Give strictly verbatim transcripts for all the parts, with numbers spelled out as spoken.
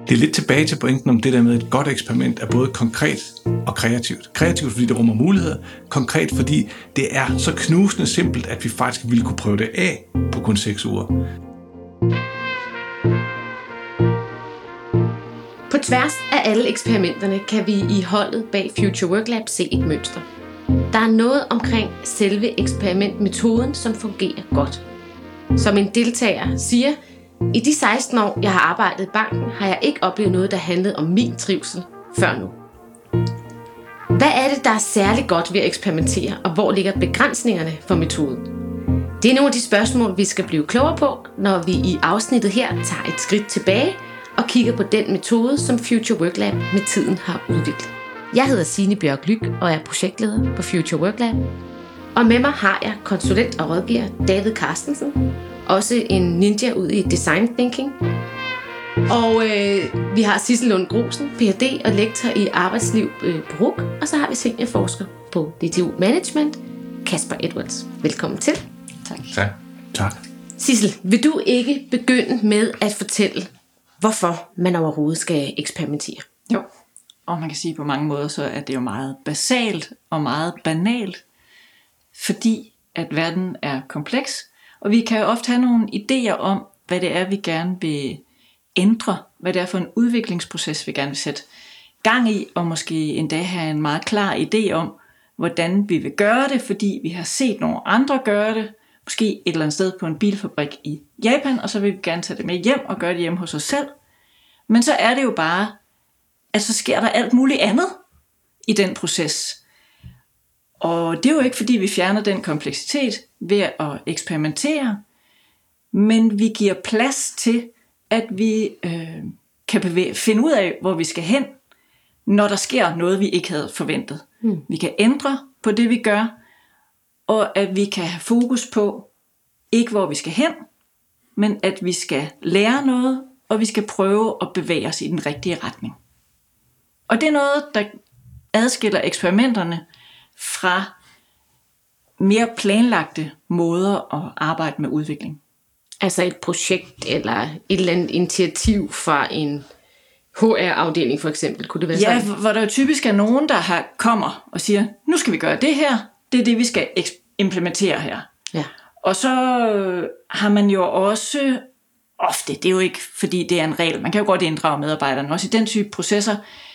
Det er lidt tilbage til pointen om det der med, at et godt eksperiment er både konkret og kreativt. Kreativt, fordi det rummer muligheder. Konkret, fordi det er så knusende simpelt, at vi faktisk ville kunne prøve det af på kun seks uger. På tværs af alle eksperimenterne kan vi i holdet bag Future Work Lab se et mønster. Der er noget omkring selve eksperimentmetoden, som fungerer godt. Som en deltager siger, i de seksten år, jeg har arbejdet i banken, har jeg ikke oplevet noget, der handlede om min trivsel før nu. Hvad er det, der er særlig godt ved at eksperimentere, og hvor ligger begrænsningerne for metoden? Det er nogle af de spørgsmål, vi skal blive klogere på, når vi i afsnittet her tager et skridt tilbage og kigger på den metode, som Future Work Lab med tiden har udviklet. Jeg hedder Signe Bjørk Lyk og er projektleder på Future Work Lab. Og med mig har jeg konsulent og rådgiver David Carstensen, også en ninja ud i design thinking. Og øh, vi har Sissel Lund Grosen, P H D og lektor i arbejdsliv øh, på R U C. Og så har vi seniorforsker på D T U Management, Kasper Edwards. Velkommen til. Tak. Tak. tak. Sissel, vil du ikke begynde med at fortælle, hvorfor man overhovedet skal eksperimentere? Jo, og man kan sige på mange måder, så er det jo meget basalt og meget banalt, fordi at verden er kompleks, og vi kan jo ofte have nogle idéer om, hvad det er, vi gerne vil ændre, hvad det er for en udviklingsproces, vi gerne vil sætte gang i, og måske endda have en meget klar idé om, hvordan vi vil gøre det, fordi vi har set nogle andre gøre det, måske et eller andet sted på en bilfabrik i Japan, og så vil vi gerne tage det med hjem og gøre det hjemme hos os selv. Men så er det jo bare, at så sker der alt muligt andet i den proces. Og det er jo ikke, fordi vi fjerner den kompleksitet ved at eksperimentere, men vi giver plads til, at vi øh, kan bevæge, finde ud af, hvor vi skal hen, når der sker noget, vi ikke havde forventet. Hmm. Vi kan ændre på det, vi gør, og at vi kan have fokus på, ikke hvor vi skal hen, men at vi skal lære noget, og vi skal prøve at bevæge os i den rigtige retning. Og det er noget, der adskiller eksperimenterne fra mere planlagte måder at arbejde med udvikling. Altså et projekt eller et eller andet initiativ fra en H R-afdeling for eksempel, kunne det være ja, sådan? Ja, hvor der jo typisk er nogen, der har, kommer og siger, nu skal vi gøre det her, det er det, vi skal implementere her. Ja. Og så har man jo også ofte, det er jo ikke fordi det er en regel, man kan jo godt inddrage medarbejderne også i den type processer,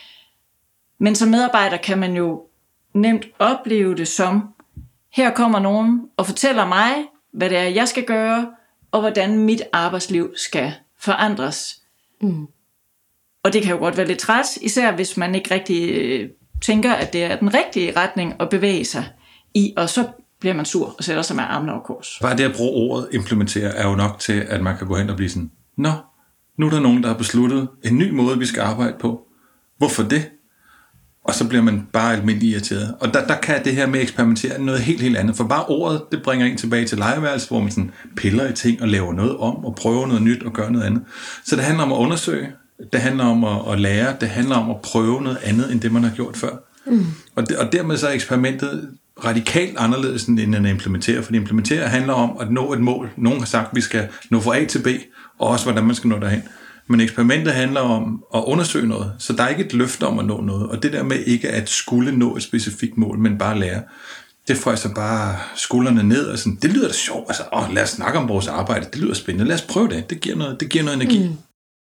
men som medarbejder kan man jo nemt opleve det som, her kommer nogen og fortæller mig, hvad det er, jeg skal gøre, og hvordan mit arbejdsliv skal forandres. Mm. Og det kan jo godt være lidt træt, især hvis man ikke rigtig øh, tænker, at det er den rigtige retning at bevæge sig i, og så bliver man sur og sætter sig med armene over kors. Bare det at bruge ordet implementere er jo nok til, at man kan gå hen og blive sådan, nå, nu er der nogen, der har besluttet en ny måde, vi skal arbejde på. Hvorfor det? Og så bliver man bare almindelig irriteret. Og der, der kan det her med eksperimentere noget helt, helt andet. For bare ordet, det bringer en tilbage til legeværelse, hvor man sådan piller i ting og laver noget om, og prøver noget nyt og gør noget andet. Så det handler om at undersøge, det handler om at, at lære, det handler om at prøve noget andet, end det man har gjort før. Mm. Og, det, og dermed så er eksperimentet radikalt anderledes, end at implementere. For implementere handler om at nå et mål. Nogen har sagt, at vi skal nå fra A til B, og også hvordan man skal nå derhen. Men eksperimentet handler om at undersøge noget, så der er ikke et løfte om at nå noget. Og det der med ikke at skulle nå et specifikt mål, men bare lære, det får så bare skuldrene ned og sådan, det lyder da sjovt. Altså, åh, lad os snakke om vores arbejde, det lyder spændende. Lad os prøve det, det giver noget, det giver noget energi. Mm.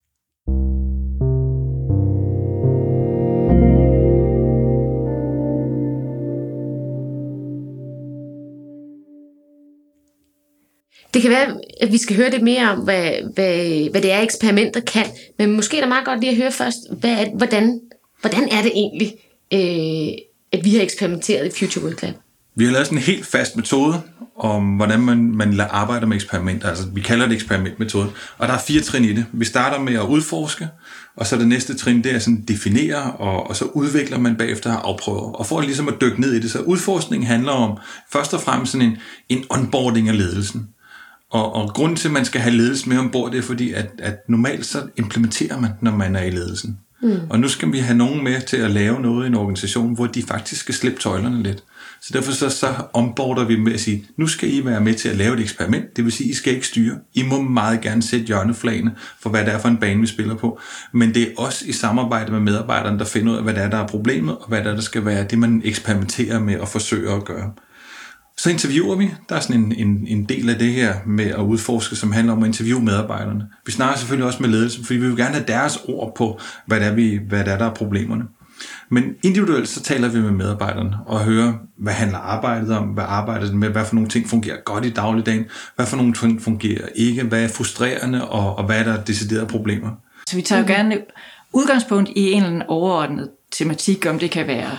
Det kan være, at vi skal høre lidt mere om, hvad, hvad, hvad det er, eksperimenter kan. Men måske er det meget godt lige at høre først, hvad er, hvordan, hvordan er det egentlig, øh, at vi har eksperimenteret i Future Work Lab? Vi har lavet sådan en helt fast metode om, hvordan man, man arbejder med eksperimenter. Altså, vi kalder det eksperimentmetode. Og der er fire trin i det. Vi starter med at udforske, og så det næste trin, det er sådan definere, og, og så udvikler man bagefter at afprøve. Og for ligesom at dykke ned i det, så udforskning handler om først og fremmest sådan en, en onboarding af ledelsen. Og, og grunden til, at man skal have ledelse med ombord, det er fordi, at, at normalt så implementerer man, når man er i ledelsen. Mm. Og nu skal vi have nogen med til at lave noget i en organisation, hvor de faktisk skal slippe tøjlerne lidt. Så derfor så, så omborder vi med at sige, nu skal I være med til at lave et eksperiment, det vil sige, I skal ikke styre. I må meget gerne sætte hjørneflagene for, hvad det er for en bane, vi spiller på. Men det er også i samarbejde med medarbejderne, der finder ud af, hvad det er, der er problemet, og hvad det er, der skal være det, man eksperimenterer med og forsøger at gøre. Så interviewer vi. Der er sådan en, en, en del af det her med at udforske, som handler om at interviewe medarbejderne. Vi snakker selvfølgelig også med ledelsen, fordi vi vil gerne have deres ord på, hvad det er, vi, hvad det er der er problemerne. Men individuelt så taler vi med medarbejderne og hører, hvad handler arbejdet om, hvad arbejder det med, hvad for nogle ting fungerer godt i dagligdagen, hvad for nogle ting fungerer ikke, hvad er frustrerende, og, og hvad er der deciderede problemer. Så vi tager jo gerne udgangspunkt i en eller anden overordnet tematik, om det kan være,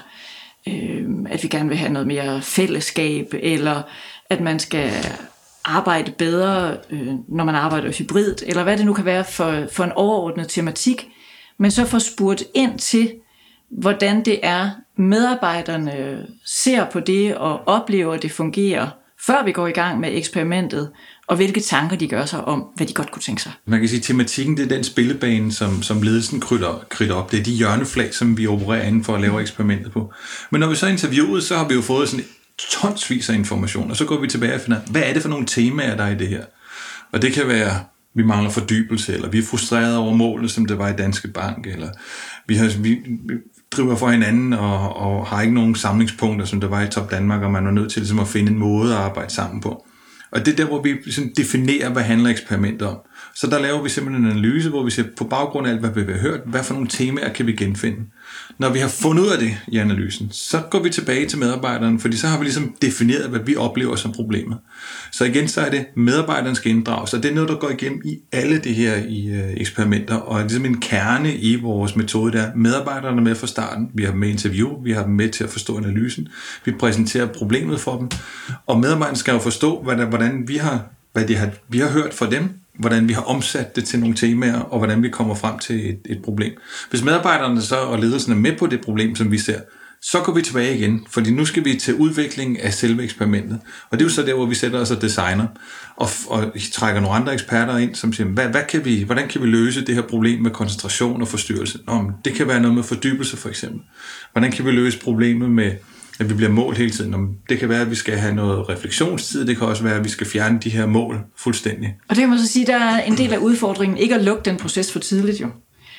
øh, at vi gerne vil have noget mere fællesskab, eller at man skal arbejde bedre, øh, når man arbejder hybridt, eller hvad det nu kan være for, for en overordnet tematik, men så får spurgt ind til, hvordan det er, medarbejderne ser på det og oplever, at det fungerer, før vi går i gang med eksperimentet, og hvilke tanker de gør sig om, hvad de godt kunne tænke sig. Man kan sige, at tematikken det er den spillebane, som, som ledelsen kridter, kridter op. Det er de hjørneflag, som vi opererer inden for at lave eksperimentet på. Men når vi så interviewet, så har vi jo fået sådan tonsvis af information, og så går vi tilbage og finder, hvad er det for nogle temaer, der er i det her? Og det kan være, vi mangler fordybelse, eller vi er frustrerede over målet, som det var i Danske Bank, eller vi, har, vi, vi driver for hinanden og, og har ikke nogen samlingspunkter, som der var i Top Danmark, og man er nødt til ligesom, at finde en måde at arbejde sammen på. Og det er der, hvor vi ligesom, definerer, hvad handler eksperimentet om. Så der laver vi simpelthen en analyse, hvor vi ser på baggrund af alt, hvad vi har hørt, hvad for nogle temaer kan vi genfinde. Når vi har fundet ud af det i analysen, så går vi tilbage til medarbejderne, fordi så har vi ligesom defineret, hvad vi oplever som problemet. Så igen, så er det, medarbejderne skal inddrages, og det er noget, der går igennem i alle det her i øh, eksperimenter, og er ligesom en kerne i vores metode, der medarbejderne er med fra starten. Vi har dem med interview, vi har dem med til at forstå analysen, vi præsenterer problemet for dem, og medarbejderne skal jo forstå, hvad der, hvordan vi har, hvad de har, vi har hørt fra dem, hvordan vi har omsat det til nogle temaer, og hvordan vi kommer frem til et, et problem. Hvis medarbejderne så og ledelsen er med på det problem, som vi ser, så går vi tilbage igen, fordi nu skal vi til udvikling af selve eksperimentet. Og det er jo så der, hvor vi sætter os og designer, og, og trækker nogle andre eksperter ind, som siger, hvad, hvad kan vi, hvordan kan vi løse det her problem med koncentration og forstyrrelse? Nå, det kan være noget med fordybelse for eksempel. Hvordan kan vi løse problemet med, at vi bliver målt hele tiden? Det kan være, at vi skal have noget refleksionstid, det kan også være, at vi skal fjerne de her mål fuldstændig. Og det kan man så sige, der er en del af udfordringen, ikke at lukke den proces for tidligt jo.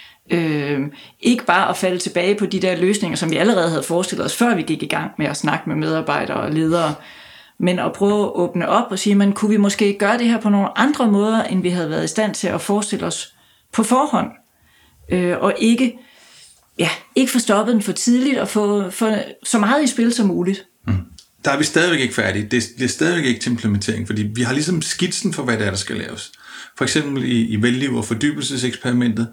Øh, ikke bare at falde tilbage på de der løsninger, som vi allerede havde forestillet os, før vi gik i gang med at snakke med medarbejdere og ledere, men at prøve at åbne op og sige, man kunne vi måske gøre det her på nogle andre måder, end vi havde været i stand til at forestille os på forhånd, øh, og ikke, ja, ikke få stoppet den for tidligt og få, få så meget i spil som muligt. Mm. Der er vi stadigvæk ikke færdige. Det er stadigvæk ikke til implementering, fordi vi har ligesom skitsen for, hvad det er, der skal laves. For eksempel i, i velliv- og fordybelseseksperimentet.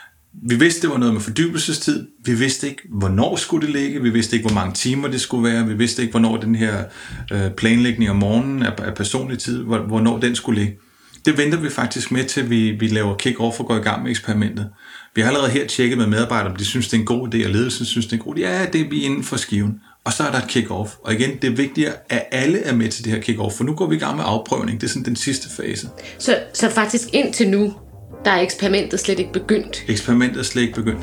Vi vidste, det var noget med fordybelsestid. Vi vidste ikke, hvornår skulle det ligge. Vi vidste ikke, hvor mange timer det skulle være. Vi vidste ikke, hvornår den her øh, planlægning om morgenen af, af personlig tid, hvor, hvornår den skulle ligge. Det venter vi faktisk med, til vi, vi laver kick-off og går i gang med eksperimentet. Vi har allerede her tjekket med medarbejdere, om de synes, det er en god idé, og ledelsen synes, det er en god idé. Ja, det er vi inden for skiven. Og så er der et kick-off. Og igen, det er vigtigt, at alle er med til det her kick-off, for nu går vi i gang med afprøvning. Det er sådan den sidste fase. Så, så faktisk indtil nu, der er eksperimentet slet ikke begyndt? Eksperimentet er slet ikke begyndt.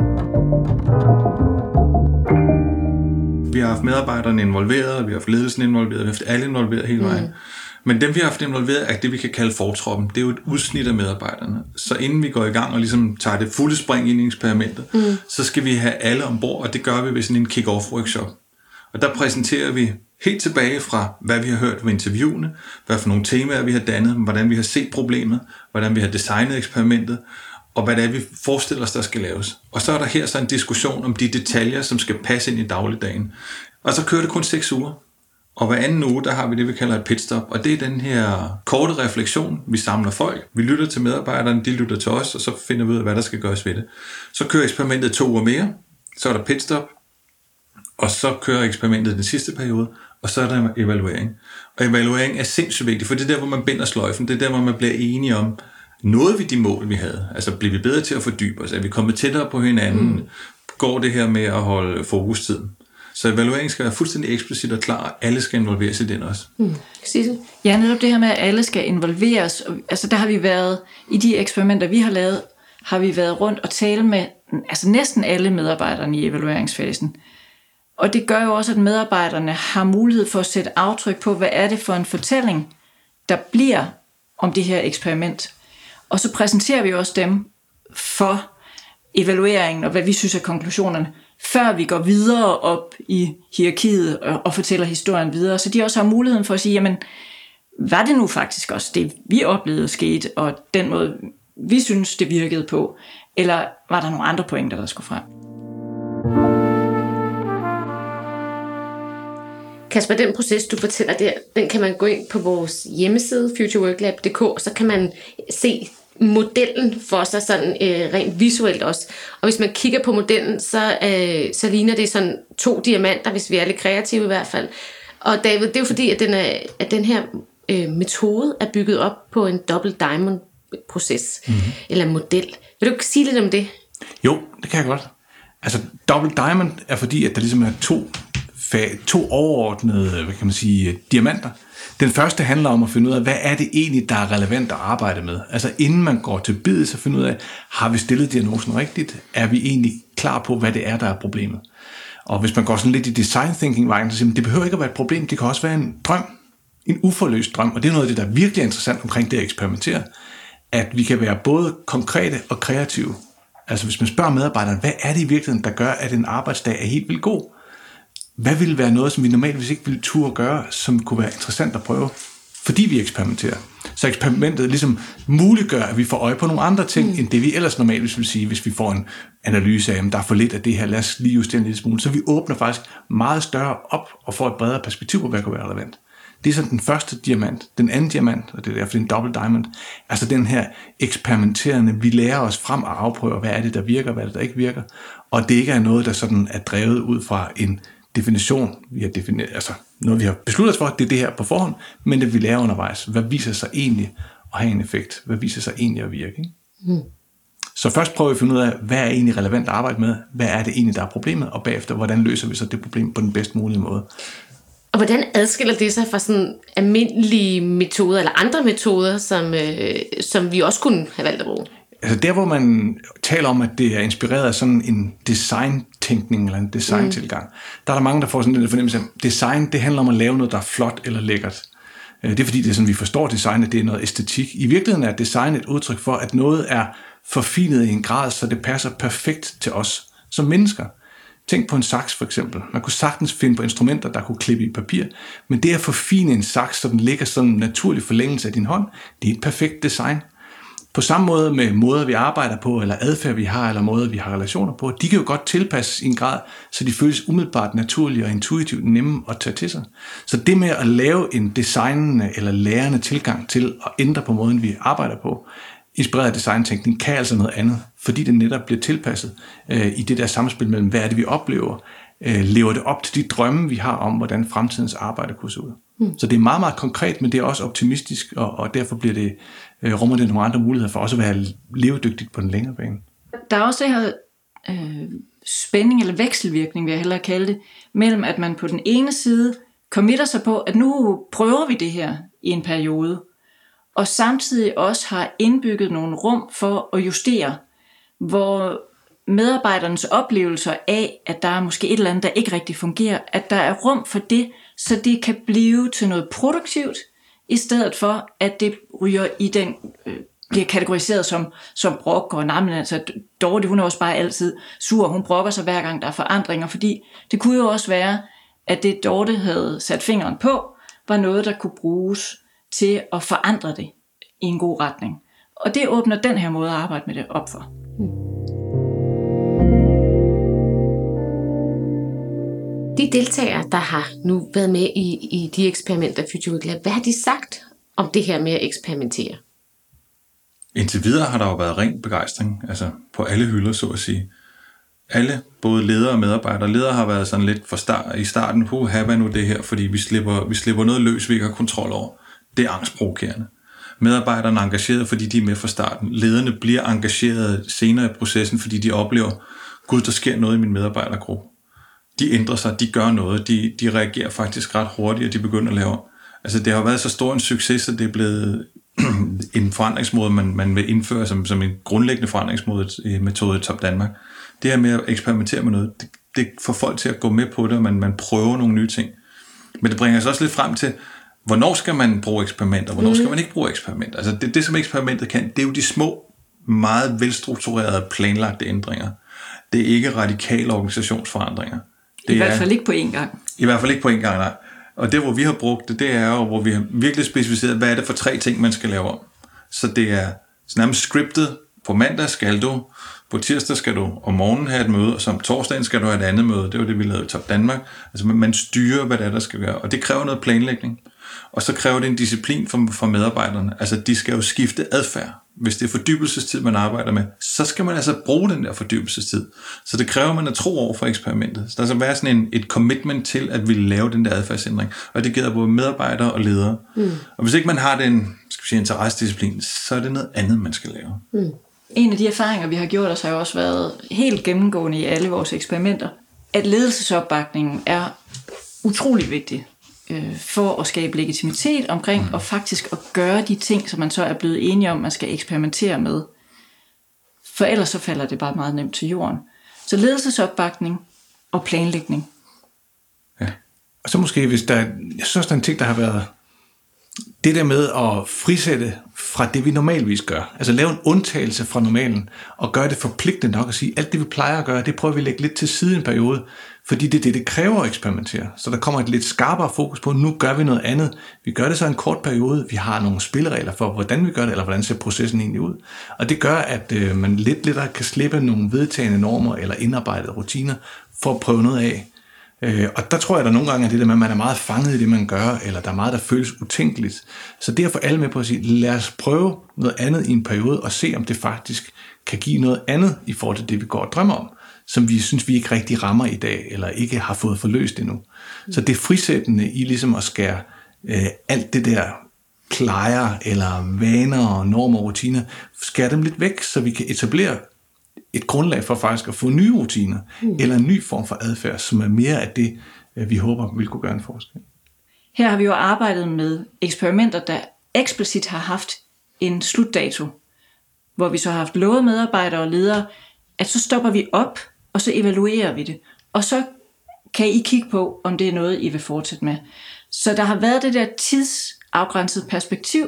Vi har haft medarbejderne involveret, vi har haft ledelsen involveret, vi har haft alle involveret hele vejen. Mm. Men dem, vi har haft involveret, er det, vi kan kalde fortroppen. Det er jo et udsnit af medarbejderne. Så inden vi går i gang og ligesom tager det fulde spring ind i eksperimentet, mm. så skal vi have alle ombord, og det gør vi ved sådan en kick-off-workshop. Og der præsenterer vi helt tilbage fra, hvad vi har hørt ved interviewene, hvad for nogle temaer vi har dannet, hvordan vi har set problemet, hvordan vi har designet eksperimentet, og hvad det er, vi forestiller os, der skal laves. Og så er der her så en diskussion om de detaljer, som skal passe ind i dagligdagen. Og så kører det kun seks uger. Og hver anden uge, der har vi det, vi kalder et pitstop, og det er den her korte refleksion. Vi samler folk, vi lytter til medarbejderne, de lytter til os, og så finder vi ud af, hvad der skal gøres ved det. Så kører eksperimentet to uger mere, så er der pitstop, og så kører eksperimentet den sidste periode, og så er der evaluering. Og evaluering er sindssygt vigtigt, for det er der, hvor man binder sløjfen, det er der, hvor man bliver enige om, nåede vi de mål, vi havde? Altså, bliver vi bedre til at fordybe os? Er vi kommet tættere på hinanden? Mm. Går det her med at holde fokustiden? Så evaluering skal være fuldstændig eksplicit og klar, og alle skal involveres i den også. Mm. Ja, netop det her med, at alle skal involveres. Altså, der har vi været, i de eksperimenter, vi har lavet, har vi været rundt og tale med altså næsten alle medarbejderne i evalueringsfasen. Og det gør jo også, at medarbejderne har mulighed for at sætte aftryk på, hvad er det for en fortælling, der bliver om det her eksperiment. Og så præsenterer vi også dem for evalueringen og hvad vi synes er konklusionerne, før vi går videre op i hierarkiet og, og fortæller historien videre. Så de også har muligheden for at sige, jamen, var det nu faktisk også det, vi oplevede skete, og den måde, vi synes, det virkede på, eller var der nogle andre pointer, der skulle frem? Kasper, den proces, du fortæller der, den kan man gå ind på vores hjemmeside, future work lab punktum d k, og så kan man se modellen for sig sådan øh, rent visuelt også. Og hvis man kigger på modellen, så, øh, så ligner det sådan to diamanter, hvis vi er lidt kreative i hvert fald. Og David, det er jo fordi, at den, er, at den her øh, metode er bygget op på en double diamond proces, mm-hmm. eller model. Vil du ikke sige lidt om det? Jo, det kan jeg godt. Altså, double diamond er fordi, at der ligesom er to, to overordnede, hvad kan man sige, diamanter. Den første handler om at finde ud af, hvad er det egentlig, der er relevant at arbejde med? Altså inden man går til biddet, så finde ud af, har vi stillet diagnosen rigtigt? Er vi egentlig klar på, hvad det er, der er problemet? Og hvis man går sådan lidt i design thinking-vejen, så siger man, det behøver ikke at være et problem, det kan også være en drøm, en uforløst drøm, og det er noget af det, der er virkelig interessant omkring det at eksperimentere, at vi kan være både konkrete og kreative. Altså hvis man spørger medarbejderne, hvad er det i virkeligheden, der gør, at en arbejdsdag er helt vildt god? Hvad ville være noget, som vi normalt ikke ville turde gøre, som kunne være interessant at prøve, fordi vi eksperimenterer? Så eksperimentet ligesom muliggør, at vi får øje på nogle andre ting, mm. end det vi ellers normalt vil sige, hvis vi får en analyse af, at der er for lidt af det her, lad os lige justere en lille smule. Så vi åbner faktisk meget større op og får et bredere perspektiv på, hvad kan være relevant. Det er sådan den første diamant. Den anden diamant, og det er derfor en double diamond, altså den her eksperimenterende, vi lærer os frem og afprøver, hvad er det, der virker, hvad er det, der ikke virker, og det ikke er noget, der sådan er drevet ud fra en definition, vi har defineret, altså noget, vi har besluttet os for, det er det her på forhånd, men det vi lærer undervejs. Hvad viser sig egentlig at have en effekt? Hvad viser sig egentlig at virke? Ikke? Mm. Så først prøver vi at finde ud af, hvad er egentlig relevant at arbejde med? Hvad er det egentlig, der er problemet? Og bagefter, hvordan løser vi så det problem på den bedst mulige måde? Og hvordan adskiller det sig fra sådan almindelige metoder, eller andre metoder, som, øh, som vi også kunne have valgt at bruge? Altså der, hvor man taler om, at det er inspireret af sådan en design-tænkning eller en design-tilgang, mm. der er der mange, der får sådan den fornemmelse af, at design, det handler om at lave noget, der er flot eller lækkert. Det er fordi, det er sådan, vi forstår design, at det er noget æstetik. I virkeligheden er design et udtryk for, at noget er forfinet i en grad, så det passer perfekt til os som mennesker. Tænk på en saks for eksempel. Man kunne sagtens finde på instrumenter, der kunne klippe i papir, men det at forfine en saks, så den ligger sådan en naturlig forlængelse af din hånd, det er et perfekt design. På samme måde med måder, vi arbejder på, eller adfærd, vi har, eller måder, vi har relationer på, de kan jo godt tilpasses i en grad, så de føles umiddelbart naturlige og intuitivt nemme at tage til sig. Så det med at lave en designende eller lærende tilgang til at ændre på måden, vi arbejder på, inspireret af designtænkning, kan altså noget andet, fordi det netop bliver tilpasset øh, i det der samspil mellem, hvad er det, vi oplever, øh, lever det op til de drømme, vi har om, hvordan fremtidens arbejde kunne se ud. Mm. Så det er meget, meget konkret, men det er også optimistisk, og, og derfor bliver det, øh, rummer det nogle andre muligheder for også at være levedygtigt på den længere bane. Der er også det her øh, spænding eller vekselvirkning, vil jeg hellere kalde det, mellem at man på den ene side committer sig på, at nu prøver vi det her i en periode, og samtidig også har indbygget nogle rum for at justere, hvor medarbejdernes oplevelser af, at der er måske et eller andet, der ikke rigtig fungerer, at der er rum for det, så det kan blive til noget produktivt, i stedet for, at det ryger i den, øh, bliver kategoriseret som, som brok, og nej, men altså, Dorte, hun er også bare altid sur, hun brokker sig hver gang, der er forandringer, fordi det kunne jo også være, at det Dorte havde sat fingeren på, var noget, der kunne bruges til at forandre det i en god retning. Og det åbner den her måde at arbejde med det op for. De deltagere, der har nu været med i, i de eksperimenter, Future Work Lab, hvad har de sagt om det her med at eksperimentere? Indtil videre har der jo været ren begejstring, altså på alle hylder, så at sige. Alle, både ledere og medarbejdere. Ledere har været sådan lidt for start, i starten, puha, hvad nu det her, fordi vi slipper, vi slipper noget løs, vi ikke har kontrol over. Det er angstprovokerende. Medarbejderne er engageret, fordi de er med fra starten. Lederne bliver engageret senere i processen, fordi de oplever, gud, der sker noget i min medarbejdergruppe. De ændrer sig, de gør noget, de, de reagerer faktisk ret hurtigt, og de begynder at lave Altså det har været så stor en succes, at det er blevet en forandringsmåde, man, man vil indføre som, som en grundlæggende forandringsmåde i Top Danmark. Det her med at eksperimentere med noget, det, det får folk til at gå med på det, og man, man prøver nogle nye ting. Men det bringer os også lidt frem til, hvornår skal man bruge eksperimenter, hvornår mm. skal man ikke bruge eksperimenter. Altså det, det, som eksperimentet kan, det er jo de små, meget velstrukturerede, planlagte ændringer. Det er ikke radikale organisationsforandringer. Det I hvert er, fald ikke på én gang. I hvert fald ikke på én gang, nej. Og det, hvor vi har brugt det, det er jo, hvor vi har virkelig specificeret, hvad er det for tre ting, man skal lave om. Så det er nærmest scriptet. På mandag skal du, på tirsdag skal du om morgenen have et møde, og som torsdagen skal du have et andet møde. Det var det, vi lavede i Top Danmark. Altså man styrer, hvad det er, der skal gøre. Og det kræver noget planlægning. Og så kræver det en disciplin for, for medarbejderne. Altså de skal jo skifte adfærd. Hvis det er fordybelsestid, man arbejder med, så skal man altså bruge den der fordybelsestid. Så det kræver, at man er tro over for eksperimentet. Så der skal være sådan en, et commitment til, at vi laver den der adfærdsændring. Og det gælder både medarbejdere og ledere. Mm. Og hvis ikke man har den, skal vi sige, interessedisciplin, så er det noget andet, man skal lave. Mm. En af de erfaringer, vi har gjort os, har jo også været helt gennemgående i alle vores eksperimenter, at ledelsesopbakningen er utrolig vigtig for at skabe legitimitet omkring, og faktisk at gøre de ting, som man så er blevet enige om, man skal eksperimentere med. For ellers så falder det bare meget nemt til jorden. Så ledelsesopbakning og planlægning. Ja. Og så måske, hvis der, jeg synes, der er en ting, der har været, det der med at frisætte fra det, vi normalvis gør. Altså lave en undtagelse fra normalen, og gøre det forpligtende nok at sige, alt det, vi plejer at gøre, det prøver vi at lægge lidt til side en periode, fordi det er det, det kræver at eksperimentere. Så der kommer et lidt skarpere fokus på, nu gør vi noget andet. Vi gør det så en kort periode. Vi har nogle spilleregler for, hvordan vi gør det, eller hvordan ser processen egentlig ud. Og det gør, at øh, man lidt lettere kan slippe nogle vedtagne normer eller indarbejdede rutiner for at prøve noget af. Øh, og der tror jeg, der nogle gange er det der med, at man er meget fanget i det, man gør, eller der er meget, der føles utænkeligt. Så det at få alle med på at sige, lad os prøve noget andet i en periode, og se, om det faktisk kan give noget andet i forhold til det, vi går og drømmer om, som vi synes, vi ikke rigtig rammer i dag, eller ikke har fået forløst endnu. Mm. Så det er frisættende i ligesom at skære øh, alt det der plejer, eller vaner og normer og rutiner, skære dem lidt væk, så vi kan etablere et grundlag for faktisk at få nye rutiner, mm. eller en ny form for adfærd, som er mere af det, vi håber vil kunne gøre en forskel. Her har vi jo arbejdet med eksperimenter, der eksplicit har haft en slutdato, hvor vi så har haft lovet medarbejdere og ledere, at så stopper vi op, og så evaluerer vi det. Og så kan I kigge på, om det er noget, I vil fortsætte med. Så der har været det der tidsafgrænsede perspektiv,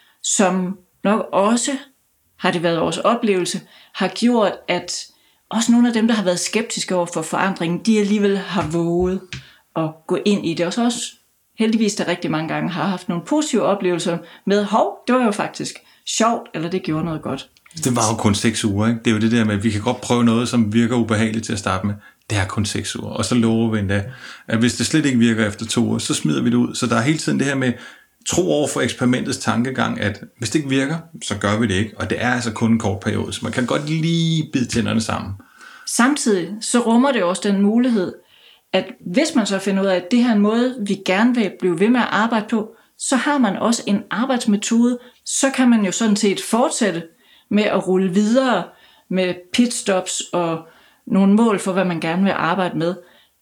som nok også, har det været vores oplevelse, har gjort, at også nogle af dem, der har været skeptiske over for forandringen, de alligevel har våget at gå ind i det. Og så også heldigvis, der rigtig mange gange har haft nogle positive oplevelser med, hov, det var jo faktisk sjovt, eller det gjorde noget godt. Det var jo kun seks uger, ikke? Det er jo det der med, at vi kan godt prøve noget, som virker ubehageligt til at starte med. Det er kun seks uger. Og så lover vi endda, at hvis det slet ikke virker efter to uger, så smider vi det ud. Så der er hele tiden det her med tro over for eksperimentets tankegang, at hvis det ikke virker, så gør vi det ikke. Og det er altså kun en kort periode, så man kan godt lige bide tænderne sammen. Samtidig så rummer det også den mulighed, at hvis man så finder ud af, at det her er en måde, vi gerne vil blive ved med at arbejde på, så har man også en arbejdsmetode, så kan man jo sådan set fortsætte med at rulle videre med pitstops og nogle mål for, hvad man gerne vil arbejde med.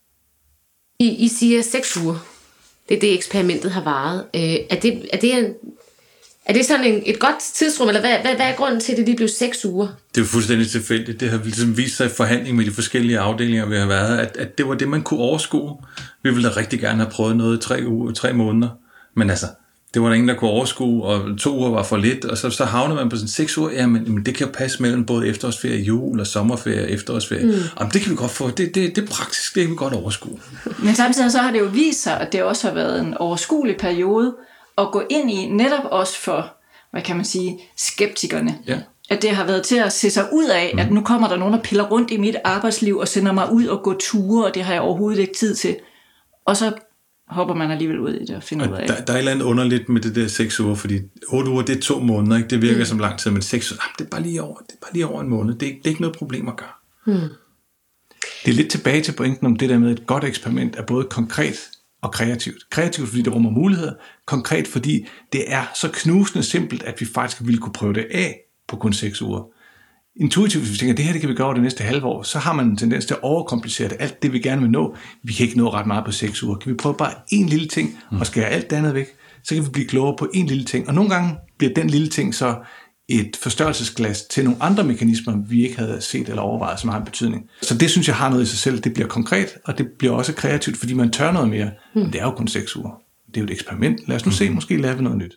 I, I siger seks uger. Det er det, eksperimentet har varet. Øh, er, det, er, det en, er det sådan en, et godt tidsrum, eller hvad, hvad, hvad er grunden til, at det lige blev seks uger? Det er jo fuldstændig tilfældigt. Det har ligesom vist sig i forhandling med de forskellige afdelinger, vi har været, at, at det var det, man kunne overskue. Vi ville da rigtig gerne have prøvet noget i tre, uger, tre måneder, men altså, det var der ingen, der kunne overskue, og to uger var for lidt, og så, så havnede man på sådan seks uger, ja, men, men det kan passe mellem både efterårsferie, jul og sommerferie og efterårsferie. Mm. Jamen, det kan vi godt få, det, det, det er praktisk, det kan vi godt overskue. Men samtidig så har det jo vist sig, at det også har været en overskuelig periode at gå ind i, netop også for, hvad kan man sige, skeptikerne. Ja. At det har været til at se sig ud af, mm. at nu kommer der nogen, der piller rundt i mit arbejdsliv og sender mig ud og gå ture, og det har jeg overhovedet ikke tid til. Og så hopper man alligevel ud i det og finder og ud af. Der, der er et eller andet underligt med det der seks uger, fordi otte uger, det er to måneder, ikke? Det virker mm. som lang tid, men seks uger, det er bare lige over, det er bare lige over en måned. Det er, det er ikke noget problem at gøre. Mm. Det er lidt tilbage til pointen om det der med, et godt eksperiment er både konkret og kreativt. Kreativt, fordi det rummer muligheder. Konkret, fordi det er så knusende simpelt, at vi faktisk ville kunne prøve det af på kun seks uger. Intuitivt, hvis vi tænker, at det her det kan vi gøre over det næste halve år, så har man en tendens til at overkomplicere det. Alt det, vi gerne vil nå, vi kan ikke nå ret meget på seks uger. Kan vi prøve bare en lille ting og skære alt det andet væk, så kan vi blive klogere på en lille ting. Og nogle gange bliver den lille ting så et forstørrelsesglas til nogle andre mekanismer, vi ikke havde set eller overvejet, som har en betydning. Så det synes jeg har noget i sig selv. Det bliver konkret, og det bliver også kreativt, fordi man tør noget mere. Mm. Men det er jo kun seks uger. Det er jo et eksperiment. Lad os nu mm. se, måske lærer vi noget nyt.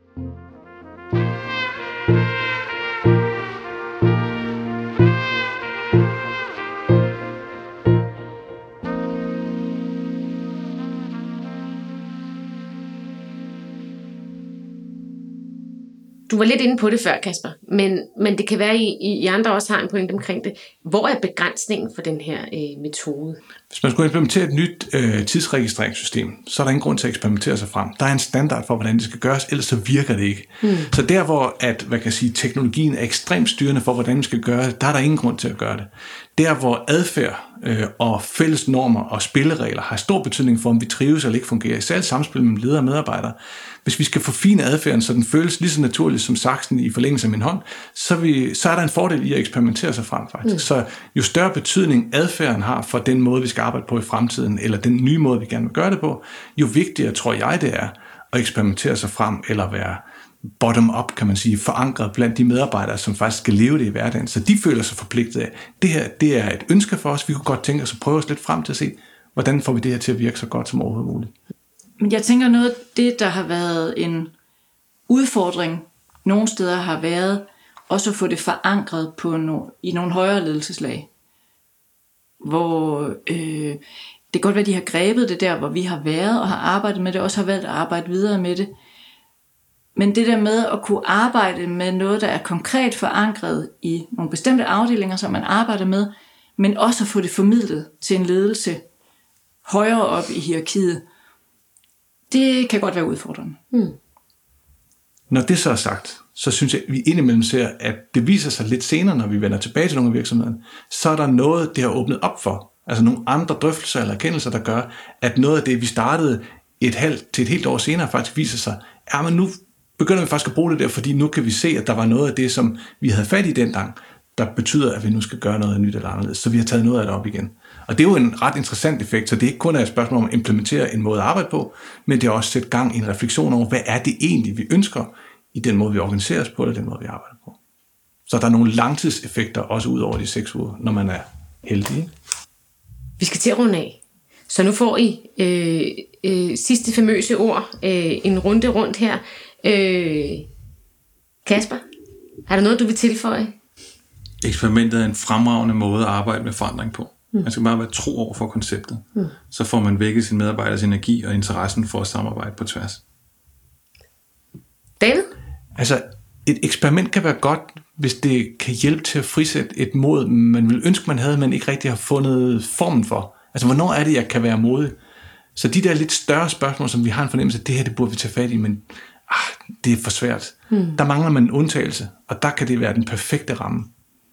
Du var lidt inde på det før, Kasper, men, men det kan være, at I, I andre også har en pointe omkring det. Hvor er begrænsningen for den her øh, metode? Hvis man skulle implementere et nyt øh, tidsregistreringssystem, så er der ingen grund til at eksperimentere sig frem. Der er en standard for, hvordan det skal gøres, ellers så virker det ikke. Hmm. Så der, hvor at, hvad kan jeg sige, teknologien er ekstremt styrende for, hvordan vi skal gøre det, der er der ingen grund til at gøre det. Der, hvor adfærd øh, og fælles normer og spilleregler har stor betydning for, om vi trives eller ikke fungerer, især et samspil mellem ledere og medarbejdere. Hvis vi skal forfine adfærden, så den føles lige så naturligt som saksen i forlængelse af min hånd, så, vi, så er der en fordel i at eksperimentere sig frem faktisk. Mm. Så jo større betydning adfærden har for den måde, vi skal arbejde på i fremtiden, eller den nye måde, vi gerne vil gøre det på, jo vigtigere tror jeg det er at eksperimentere sig frem, eller være bottom-up, kan man sige, forankret blandt de medarbejdere, som faktisk skal leve det i hverdagen. Så de føler sig forpligtet af, det her det er et ønske for os, vi kunne godt tænke os at prøve os lidt frem til at se, hvordan får vi det her til at virke så godt som overhovedet muligt. Men jeg tænker noget af det, der har været en udfordring nogle steder, har været også at få det forankret på no, i nogle højere ledelseslag. Hvor øh, det kan godt være, at de har grebet det der, hvor vi har været og har arbejdet med det, også har valgt at arbejde videre med det. Men det der med at kunne arbejde med noget, der er konkret forankret i nogle bestemte afdelinger, som man arbejder med, men også at få det formidlet til en ledelse højere op i hierarkiet, det kan godt være udfordrende. Hmm. Når det så er sagt, så synes jeg, at vi indimellem ser, at det viser sig lidt senere, når vi vender tilbage til nogle af virksomhederne, så er der noget, det har åbnet op for. Altså nogle andre drøftelser eller erkendelser, der gør, at noget af det, vi startede et halvt til et helt år senere, faktisk viser sig, ja, men nu begynder vi faktisk at bruge det der, fordi nu kan vi se, at der var noget af det, som vi havde fat i dengang, der betyder, at vi nu skal gøre noget nyt eller anderledes. Så vi har taget noget af det op igen. Og det er jo en ret interessant effekt, så det er ikke kun et spørgsmål om at implementere en måde at arbejde på, men det er også at sætte gang i en refleksion over, hvad er det egentlig, vi ønsker i den måde, vi organiserer os på, eller den måde, vi arbejder på. Så der er nogle langtidseffekter, også ud over de seks uger, når man er heldig. Ikke? Vi skal til at runde af. Så nu får I øh, øh, sidste famøse ord, øh, en runde rundt her. Øh, Kasper, har du noget, du vil tilføje? Eksperimentet er en fremragende måde at arbejde med forandring på. Mm. Man skal bare være tro over for konceptet. Mm. Så får man vækket sin medarbejders energi og interessen for at samarbejde på tværs. David? Altså, et eksperiment kan være godt, hvis det kan hjælpe til at frisætte et mod, man ville ønske, man havde, men ikke rigtig har fundet formen for. Altså, hvornår er det, jeg kan være modig? Så de der lidt større spørgsmål, som vi har en fornemmelse af, det her, det burde vi tage fat i, men ah, det er for svært. Mm. Der mangler man en undtagelse, og der kan det være den perfekte ramme.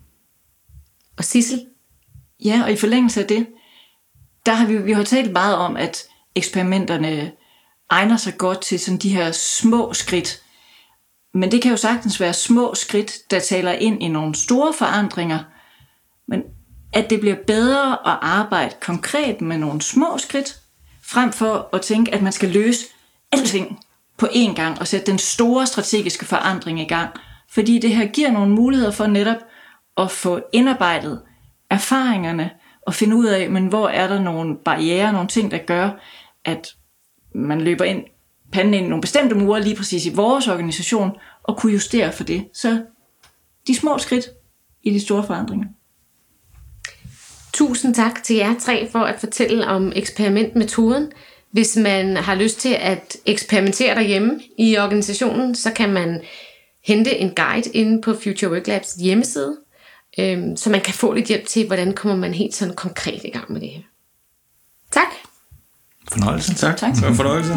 Og Sissel? Ja, og i forlængelse af det, der har vi, vi har talt meget om, at eksperimenterne egner sig godt til sådan de her små skridt. Men det kan jo sagtens være små skridt, der taler ind i nogle store forandringer. Men at det bliver bedre at arbejde konkret med nogle små skridt, frem for at tænke, at man skal løse alting på én gang og sætte den store strategiske forandring i gang. Fordi det her giver nogle muligheder for netop at få indarbejdet erfaringerne og finde ud af, men hvor er der nogle barrierer, nogle ting, der gør, at man løber ind, panden ind i nogle bestemte mure lige præcis i vores organisation, og kunne justere for det. Så de små skridt i de store forandringer. Tusind tak til jer tre for at fortælle om eksperimentmetoden. Hvis man har lyst til at eksperimentere derhjemme i organisationen, så kan man hente en guide inde på Future Work Labs hjemmeside, så man kan få lidt hjælp til, hvordan kommer man helt sådan konkret i gang med det her. Tak. Fornøjelse. Tak. tak. tak. Fornøjelse.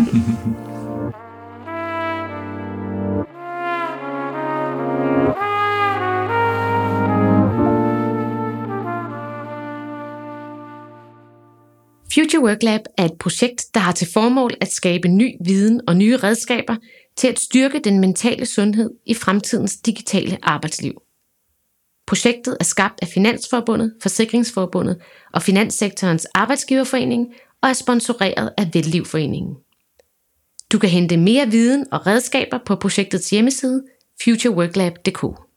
Future Work Lab er et projekt, der har til formål at skabe ny viden og nye redskaber til at styrke den mentale sundhed i fremtidens digitale arbejdsliv. Projektet er skabt af Finansforbundet, Forsikringsforbundet og Finanssektorens Arbejdsgiverforening og er sponsoreret af Vellivforeningen. Du kan hente mere viden og redskaber på projektets hjemmeside future work lab punktum d k.